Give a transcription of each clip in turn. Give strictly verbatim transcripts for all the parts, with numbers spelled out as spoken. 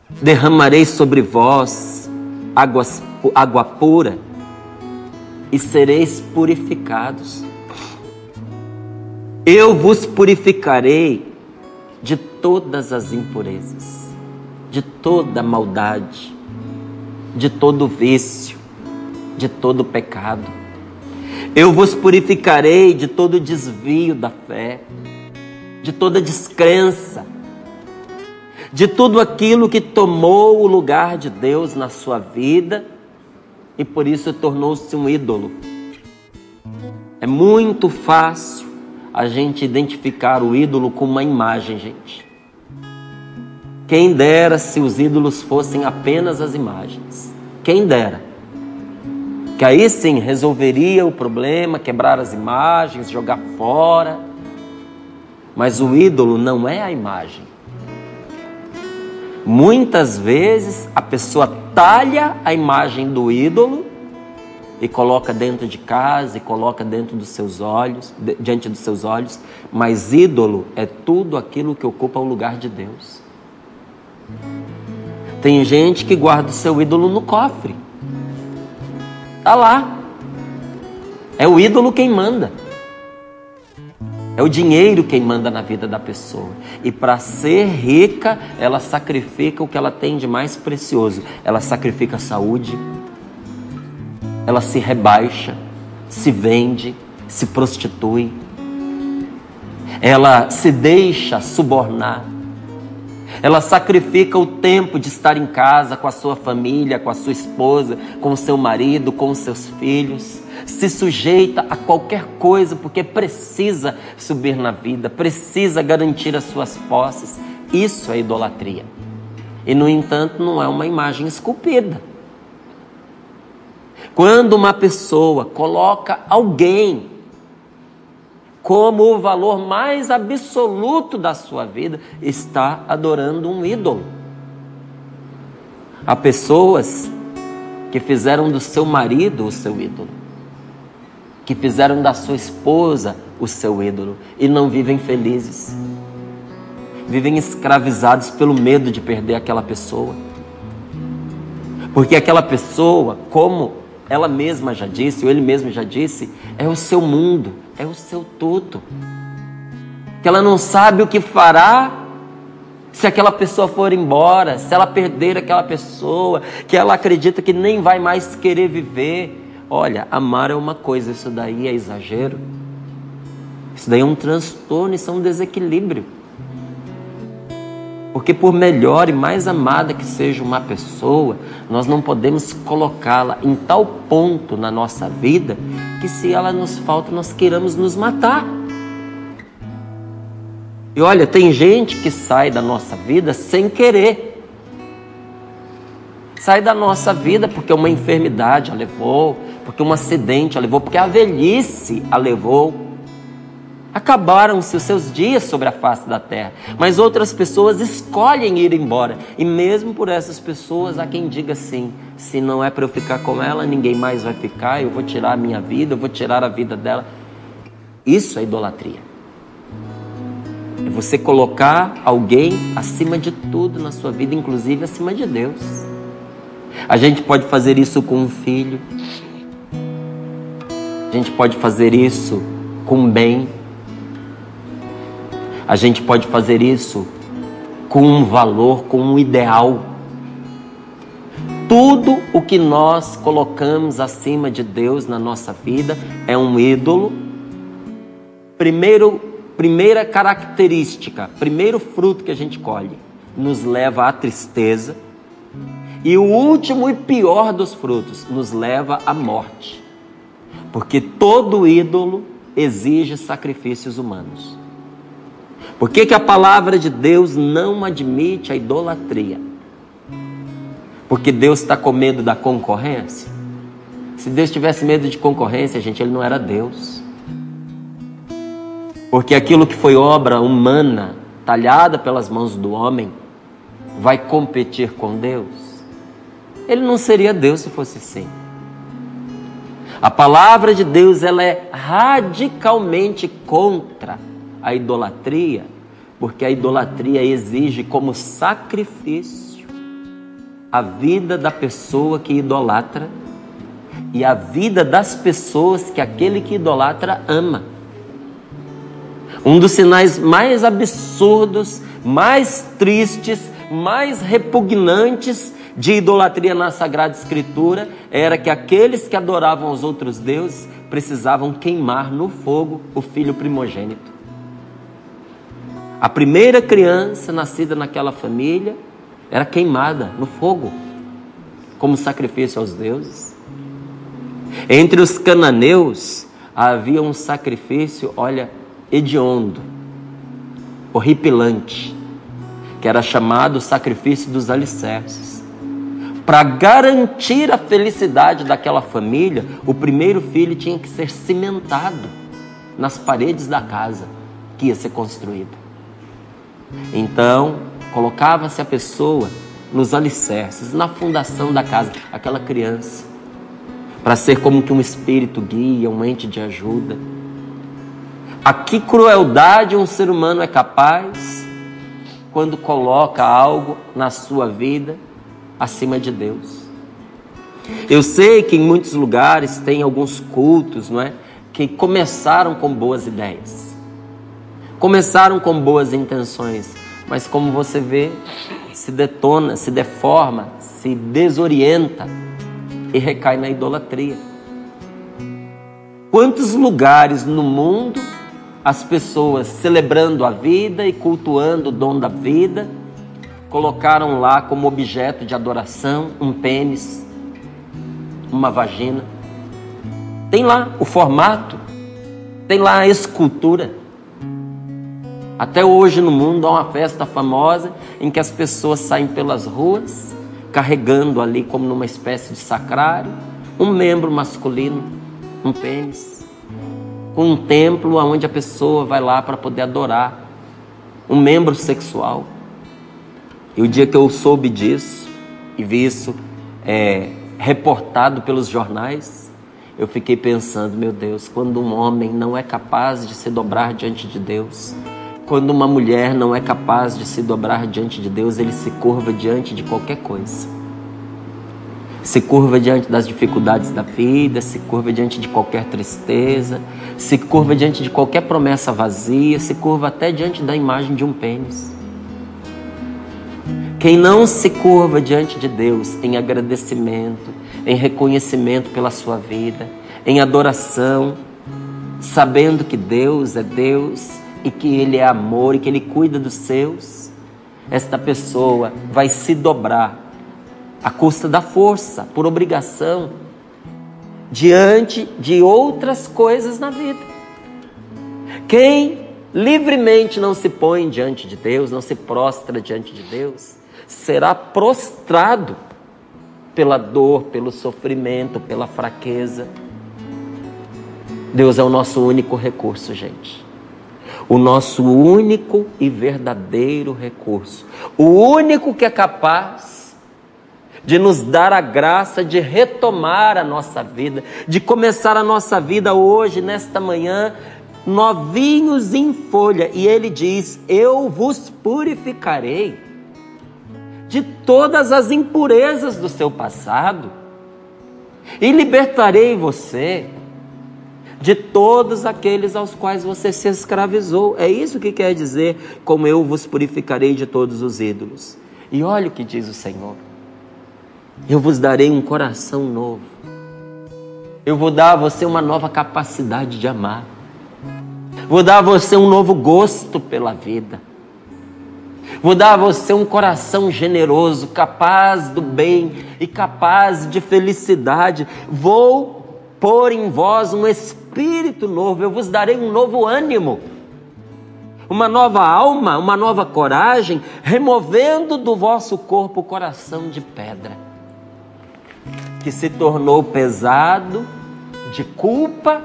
derramarei sobre vós águas, água pura e sereis purificados. Eu vos purificarei de todas as impurezas, de toda maldade, de todo vício, de todo pecado. Eu vos purificarei de todo desvio da fé, de toda descrença, de tudo aquilo que tomou o lugar de Deus na sua vida e por isso tornou-se um ídolo. É muito fácil a gente identificar o ídolo com uma imagem, gente. Quem dera se os ídolos fossem apenas as imagens. Quem dera. Que aí sim resolveria o problema, quebrar as imagens, jogar fora. Mas o ídolo não é a imagem. Muitas vezes a pessoa talha a imagem do ídolo e coloca dentro de casa e coloca dentro dos seus olhos, diante dos seus olhos, mas ídolo é tudo aquilo que ocupa o lugar de Deus. Tem gente que guarda o seu ídolo no cofre. Está lá. É o ídolo quem manda. É o dinheiro quem manda na vida da pessoa. E para ser rica, ela sacrifica o que ela tem de mais precioso. Ela sacrifica a saúde. Ela se rebaixa, se vende, se prostitui. Ela se deixa subornar. Ela sacrifica o tempo de estar em casa com a sua família, com a sua esposa, com o seu marido, com os seus filhos. Se sujeita a qualquer coisa porque precisa subir na vida, precisa garantir as suas posses. Isso é idolatria. E, no entanto, não é uma imagem esculpida. Quando uma pessoa coloca alguém como o valor mais absoluto da sua vida, está adorando um ídolo. Há pessoas que fizeram do seu marido o seu ídolo, que fizeram da sua esposa o seu ídolo e não vivem felizes. Vivem escravizados pelo medo de perder aquela pessoa. Porque aquela pessoa, como ela mesma já disse, ou ele mesmo já disse, é o seu mundo, é o seu tudo. Que ela não sabe o que fará se aquela pessoa for embora, se ela perder aquela pessoa, que ela acredita que nem vai mais querer viver. Olha, amar é uma coisa, isso daí é exagero. Isso daí é um transtorno, isso é um desequilíbrio. Porque por melhor e mais amada que seja uma pessoa, nós não podemos colocá-la em tal ponto na nossa vida que se ela nos falta, nós queiramos nos matar. E olha, tem gente que sai da nossa vida sem querer. Sai da nossa vida porque uma enfermidade a levou, porque um acidente a levou, porque a velhice a levou. Acabaram-se os seus dias sobre a face da terra, mas outras pessoas escolhem ir embora. E mesmo por essas pessoas, há quem diga assim: se não é para eu ficar com ela, ninguém mais vai ficar, eu vou tirar a minha vida, eu vou tirar a vida dela. Isso é idolatria. É você colocar alguém acima de tudo na sua vida, inclusive acima de Deus. A gente pode fazer isso com um filho. A gente pode fazer isso com um bem. A gente pode fazer isso com um valor, com um ideal. Tudo o que nós colocamos acima de Deus na nossa vida é um ídolo. Primeiro, primeira característica, primeiro fruto que a gente colhe, nos leva à tristeza. E o último e pior dos frutos, nos leva à morte. Porque todo ídolo exige sacrifícios humanos. Por que que a palavra de Deus não admite a idolatria? Porque Deus está com medo da concorrência? Se Deus tivesse medo de concorrência, gente, Ele não era Deus. Porque aquilo que foi obra humana, talhada pelas mãos do homem, vai competir com Deus? Ele não seria Deus se fosse assim. A palavra de Deus, ela é radicalmente contra a idolatria, porque a idolatria exige como sacrifício a vida da pessoa que idolatra e a vida das pessoas que aquele que idolatra ama. Um dos sinais mais absurdos, mais tristes, mais repugnantes de idolatria na Sagrada Escritura era que aqueles que adoravam os outros deuses precisavam queimar no fogo o filho primogênito. A primeira criança nascida naquela família era queimada no fogo como sacrifício aos deuses. Entre os cananeus havia um sacrifício, olha, hediondo, horripilante, que era chamado sacrifício dos alicerces. Para garantir a felicidade daquela família, o primeiro filho tinha que ser cimentado nas paredes da casa que ia ser construída. Então, colocava-se a pessoa nos alicerces, na fundação da casa, aquela criança, para ser como que um espírito guia, um ente de ajuda. A que crueldade um ser humano é capaz quando coloca algo na sua vida acima de Deus. Eu sei que em muitos lugares tem alguns cultos, não é, que começaram com boas ideias, começaram com boas intenções, mas como você vê, se detona, se deforma, se desorienta e recai na idolatria. Quantos lugares no mundo as pessoas celebrando a vida e cultuando o dom da vida colocaram lá como objeto de adoração um pênis, uma vagina. Tem lá o formato, tem lá a escultura. Até hoje no mundo há uma festa famosa em que as pessoas saem pelas ruas carregando ali como numa espécie de sacrário um membro masculino, um pênis, com um templo onde a pessoa vai lá para poder adorar um membro sexual. E o dia que eu soube disso e vi isso é, reportado pelos jornais, eu fiquei pensando, meu Deus, quando um homem não é capaz de se dobrar diante de Deus, quando uma mulher não é capaz de se dobrar diante de Deus, ele se curva diante de qualquer coisa. Se curva diante das dificuldades da vida, se curva diante de qualquer tristeza, se curva diante de qualquer promessa vazia, se curva até diante da imagem de um pênis. Quem não se curva diante de Deus em agradecimento, em reconhecimento pela sua vida, em adoração, sabendo que Deus é Deus e que Ele é amor e que Ele cuida dos seus, esta pessoa vai se dobrar à custa da força, por obrigação, diante de outras coisas na vida. Quem livremente não se põe diante de Deus, não se prostra diante de Deus, será prostrado pela dor, pelo sofrimento, pela fraqueza. Deus é o nosso único recurso, gente. O nosso único e verdadeiro recurso. O único que é capaz de nos dar a graça de retomar a nossa vida, de começar a nossa vida hoje, nesta manhã, novinhos em folha. E Ele diz, eu vos purificarei de todas as impurezas do seu passado e libertarei você de todos aqueles aos quais você se escravizou. É isso que quer dizer, como eu vos purificarei de todos os ídolos. E olha o que diz o Senhor. Eu vos darei um coração novo. Eu vou dar a você uma nova capacidade de amar. Vou dar a você um novo gosto pela vida. Vou dar a você um coração generoso, capaz do bem e capaz de felicidade. Vou pôr em vós um espírito novo. Eu vos darei um novo ânimo, uma nova alma, uma nova coragem, removendo do vosso corpo o coração de pedra, que se tornou pesado de culpa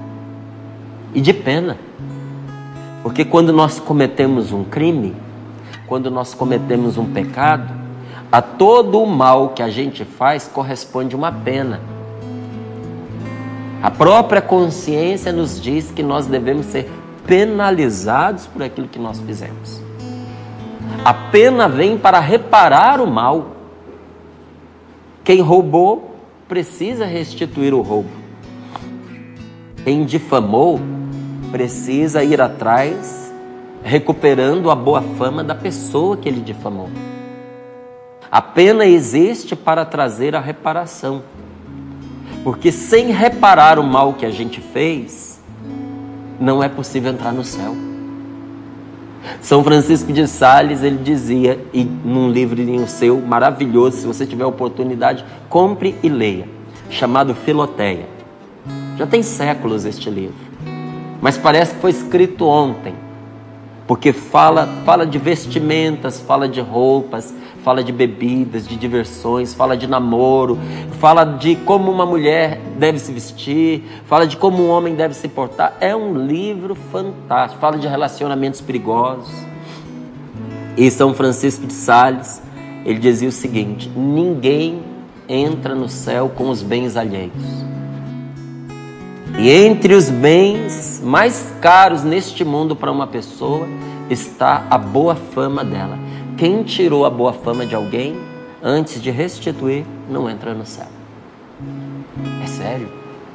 e de pena. Porque quando nós cometemos um crime, quando nós cometemos um pecado, a todo o mal que a gente faz corresponde uma pena. A própria consciência nos diz que nós devemos ser penalizados por aquilo que nós fizemos. A pena vem para reparar o mal. Quem roubou precisa restituir o roubo. Quem difamou precisa ir atrás, recuperando a boa fama da pessoa que ele difamou. A pena existe para trazer a reparação. Porque sem reparar o mal que a gente fez, não é possível entrar no céu. São Francisco de Sales, ele dizia, e num livrinho seu, maravilhoso, se você tiver oportunidade, compre e leia, chamado Filoteia. Já tem séculos este livro, mas parece que foi escrito ontem, porque fala, fala de vestimentas, fala de roupas, fala de bebidas, de diversões, fala de namoro, fala de como uma mulher deve se vestir, fala de como um homem deve se portar. É um livro fantástico, fala de relacionamentos perigosos. E São Francisco de Sales, ele dizia o seguinte: ninguém entra no céu com os bens alheios. E entre os bens mais caros neste mundo para uma pessoa está a boa fama dela. Quem tirou a boa fama de alguém, antes de restituir, não entra no céu. É sério.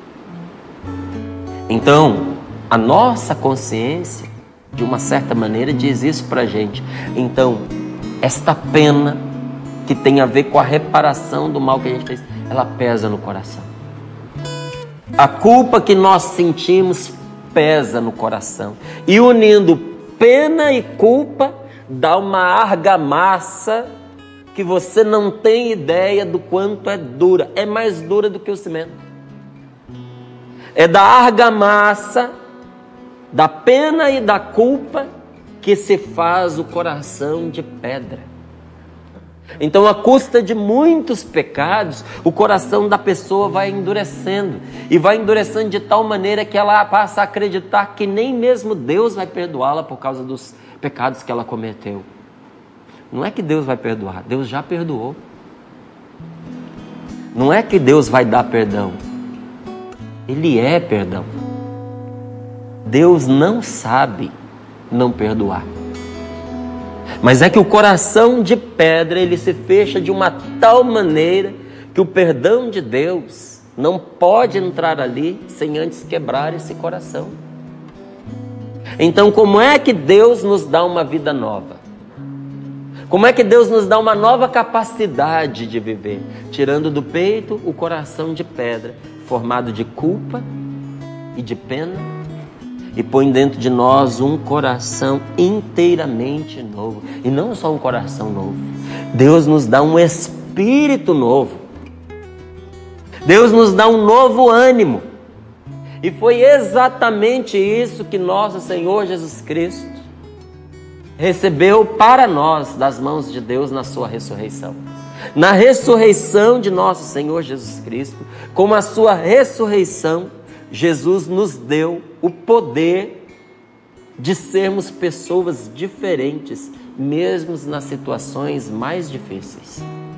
Então, a nossa consciência, de uma certa maneira, diz isso pra gente. Então, esta pena que tem a ver com a reparação do mal que a gente fez, ela pesa no coração. A culpa que nós sentimos pesa no coração. E unindo pena e culpa, dá uma argamassa que você não tem ideia do quanto é dura. É mais dura do que o cimento. É da argamassa, da pena e da culpa que se faz o coração de pedra. Então, à custa de muitos pecados, o coração da pessoa vai endurecendo. E vai endurecendo de tal maneira que ela passa a acreditar que nem mesmo Deus vai perdoá-la por causa dos pecados que ela cometeu. Não é que Deus vai perdoar, Deus já perdoou. Não é que Deus vai dar perdão, Ele é perdão. Deus não sabe não perdoar. Mas é que o coração de pedra, ele se fecha de uma tal maneira que o perdão de Deus não pode entrar ali sem antes quebrar esse coração. Então, como é que Deus nos dá uma vida nova? Como é que Deus nos dá uma nova capacidade de viver? Tirando do peito o coração de pedra, formado de culpa e de pena, e põe dentro de nós um coração inteiramente novo. E não só um coração novo. Deus nos dá um espírito novo. Deus nos dá um novo ânimo. E foi exatamente isso que nosso Senhor Jesus Cristo recebeu para nós das mãos de Deus na sua ressurreição. Na ressurreição de nosso Senhor Jesus Cristo, como a sua ressurreição, Jesus nos deu o poder de sermos pessoas diferentes, mesmo nas situações mais difíceis.